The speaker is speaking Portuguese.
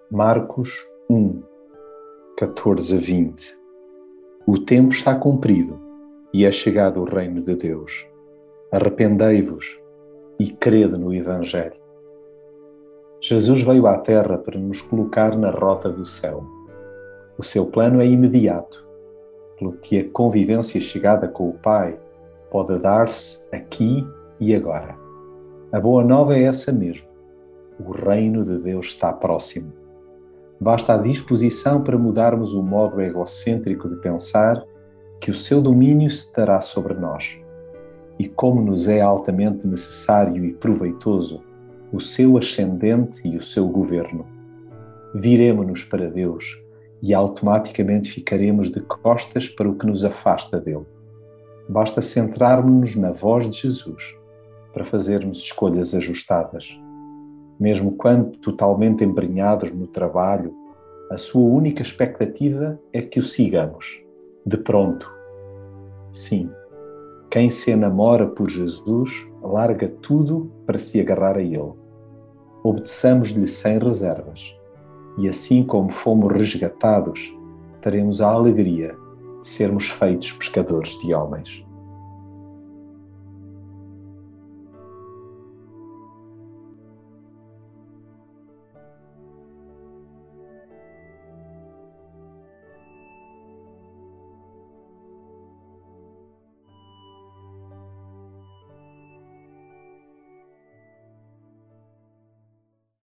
Marcos 1, 14 a 20. O tempo está cumprido e é chegado o reino de Deus. Arrependei-vos e crede no Evangelho. Jesus veio à Terra para nos colocar na rota do céu. O seu plano é imediato, pelo que a convivência chegada com o Pai pode dar-se aqui e agora. A boa nova é essa mesmo. O reino de Deus está próximo. Basta a disposição para mudarmos o modo egocêntrico de pensar que o seu domínio se terá sobre nós. E como nos é altamente necessário e proveitoso o seu ascendente e o seu governo. Viremo-nos para Deus e automaticamente ficaremos de costas para o que nos afasta dele. Basta centrarmos-nos na voz de Jesus para fazermos escolhas ajustadas. Mesmo quando totalmente embrenhados no trabalho, a sua única expectativa é que o sigamos, de pronto. Sim, quem se enamora por Jesus larga tudo para se agarrar a Ele. Obedeçamos-lhe sem reservas, e assim como fomos resgatados, teremos a alegria de sermos feitos pescadores de homens.